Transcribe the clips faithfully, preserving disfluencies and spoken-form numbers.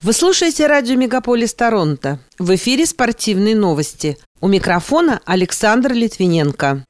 Вы слушаете радио «Мегаполис Торонто». В эфире спортивные новости. У микрофона Александр Литвиненко.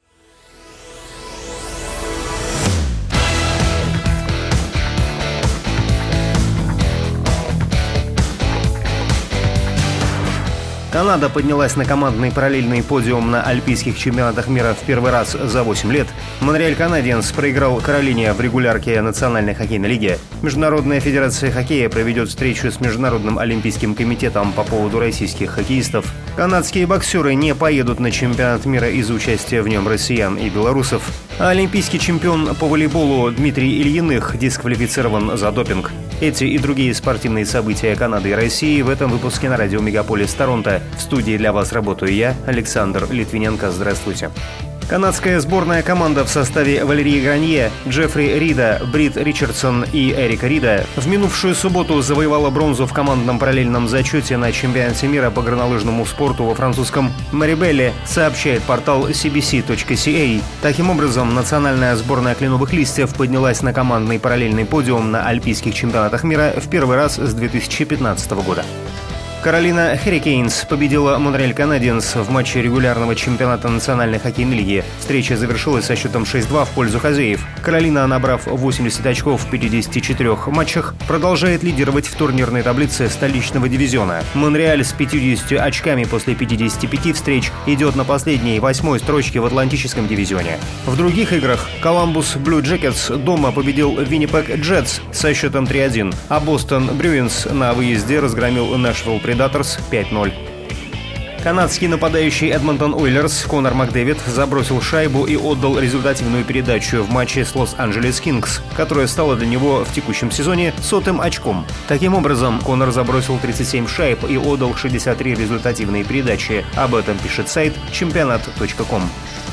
Канада поднялась на командный параллельный подиум на Олимпийских чемпионатах мира в первый раз за восемь лет. Монреаль Канадиенс проиграл Каролине в регулярке Национальной хоккейной лиги. Международная федерация хоккея проведет встречу с Международным олимпийским комитетом по поводу российских хоккеистов. Канадские боксеры не поедут на чемпионат мира из-за участия в нем россиян и белорусов. А олимпийский чемпион по волейболу Дмитрий Ильиных дисквалифицирован за допинг. Эти и другие спортивные события Канады и России в этом выпуске на радио «Мегаполис Торонто». В студии для вас работаю я, Александр Литвиненко. Здравствуйте. Канадская сборная команда в составе Валерии Гранье, Джеффри Рида, Брит Ричардсон и Эрика Рида в минувшую субботу завоевала бронзу в командном параллельном зачете на чемпионате мира по горнолыжному спорту во французском Марибелле, сообщает портал си би си точка си эй. Таким образом, национальная сборная кленовых листьев поднялась на командный параллельный подиум на Олимпийских чемпионатах мира в первый раз с две тысячи пятнадцатого года. Каролина Хуррикейнс победила Монреаль Канадиенс в матче регулярного чемпионата Национальной хоккейной лиги. Встреча завершилась со счетом шесть-два в пользу хозяев. Каролина, набрав восемьдесят очков в пятидесяти четырёх матчах, продолжает лидировать в турнирной таблице столичного дивизиона. Монреаль с пятьюдесятью очками после пятидесяти пяти встреч идет на последней, восьмой строчке в Атлантическом дивизионе. В других играх Коламбус Блю Джекетс дома победил Виннипег Джетс со счетом три-один, а Бостон Брюинс на выезде разгромил Нэшвилл Предаторс пять ноль. Канадский нападающий Эдмонтон Уиллерс Конор Макдэвид забросил шайбу и отдал результативную передачу в матче с Лос-Анджелес Кингс, которая стала для него в текущем сезоне сотым очком. Таким образом, Конор забросил тридцать семь шайб и отдал шестьдесят три результативные передачи. Об этом пишет сайт чемпионат точка ком.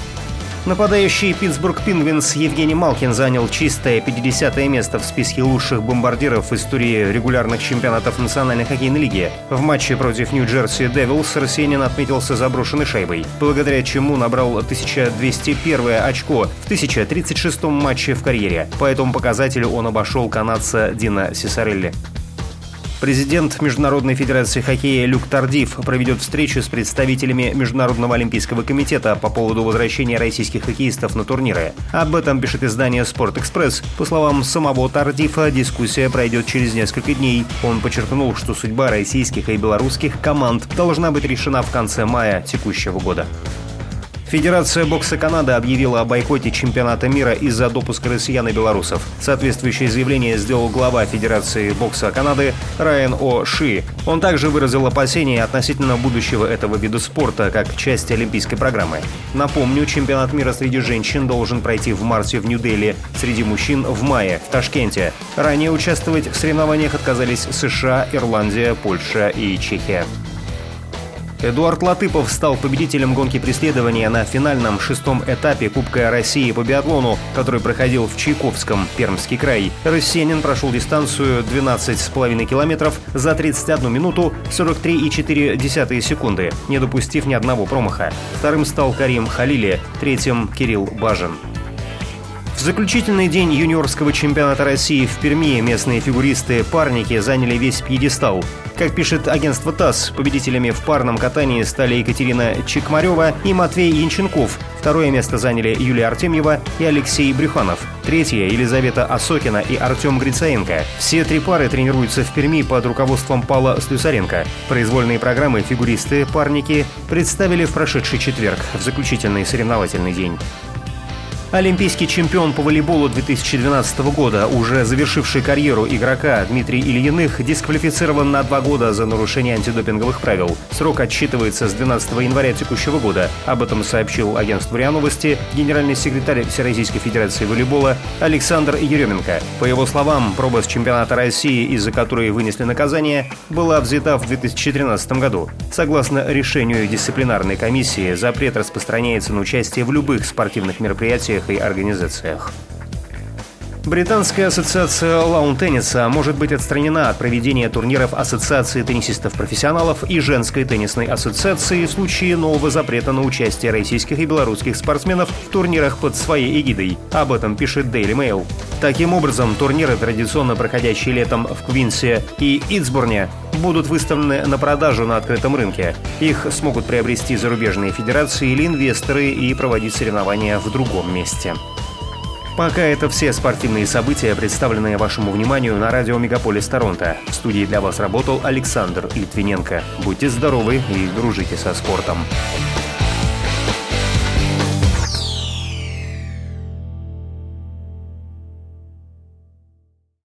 Нападающий Питтсбург Пингвинс Евгений Малкин занял чистое пятидесятое место в списке лучших бомбардиров в истории регулярных чемпионатов Национальной хоккейной лиги. В матче против Нью-Джерси Девилс россиянин отметился заброшенной шайбой, благодаря чему набрал тысяча двести первое очко в тысяча тридцать шестом матче в карьере. По этому показателю он обошел канадца Дина Сисарелли. Президент Международной федерации хоккея Люк Тардиф проведет встречу с представителями Международного олимпийского комитета по поводу возвращения российских хоккеистов на турниры. Об этом пишет издание «Спорт-Экспресс». По словам самого Тардифа, дискуссия пройдет через несколько дней. Он подчеркнул, что судьба российских и белорусских команд должна быть решена в конце мая текущего года. Федерация бокса Канады объявила о бойкоте чемпионата мира из-за допуска россиян и белорусов. Соответствующее заявление сделал глава Федерации бокса Канады Райан О. Ши. Он также выразил опасения относительно будущего этого вида спорта как части олимпийской программы. Напомню, чемпионат мира среди женщин должен пройти в марте в Нью-Дели, среди мужчин в мае в Ташкенте. Ранее участвовать в соревнованиях отказались США, Ирландия, Польша и Чехия. Эдуард Латыпов стал победителем гонки преследования на финальном шестом этапе Кубка России по биатлону, который проходил в Чайковском, Пермский край. Россиянин прошел дистанцию двенадцать с половиной километров за тридцать одну минуту сорок три и четыре десятых секунды, не допустив ни одного промаха. Вторым стал Карим Халили, третьим Кирилл Бажин. В заключительный день юниорского чемпионата России в Перми местные фигуристы-парники заняли весь пьедестал. Как пишет агентство ТАСС, победителями в парном катании стали Екатерина Чекмарева и Матвей Янченков. Второе место заняли Юлия Артемьева и Алексей Брюханов. Третье – Елизавета Осокина и Артем Грицаенко. Все три пары тренируются в Перми под руководством Павла Слюсаренко. Произвольные программы фигуристы-парники представили в прошедший четверг, в заключительный соревновательный день. Олимпийский чемпион по волейболу две тысячи двенадцатого года, уже завершивший карьеру игрока Дмитрий Ильиных, дисквалифицирован на два года за нарушение антидопинговых правил. Срок отсчитывается с двенадцатого января текущего года. Об этом сообщил агентству РИА Новости генеральный секретарь Всероссийской федерации волейбола Александр Еременко. По его словам, проба с чемпионата России, из-за которой вынесли наказание, была взята в две тысячи тринадцатом году. Согласно решению дисциплинарной комиссии, запрет распространяется на участие в любых спортивных мероприятиях и организациях. Британская ассоциация лаун-тенниса может быть отстранена от проведения турниров Ассоциации теннисистов-профессионалов и Женской теннисной ассоциации в случае нового запрета на участие российских и белорусских спортсменов в турнирах под своей эгидой. Об этом пишет Daily Mail. Таким образом, турниры, традиционно проходящие летом в Квинсе и Итсбурне, будут выставлены на продажу на открытом рынке. Их смогут приобрести зарубежные федерации или инвесторы и проводить соревнования в другом месте. Пока это все спортивные события, представленные вашему вниманию на радио Мегаполис Торонто. В студии для вас работал Александр Литвиненко. Будьте здоровы и дружите со спортом.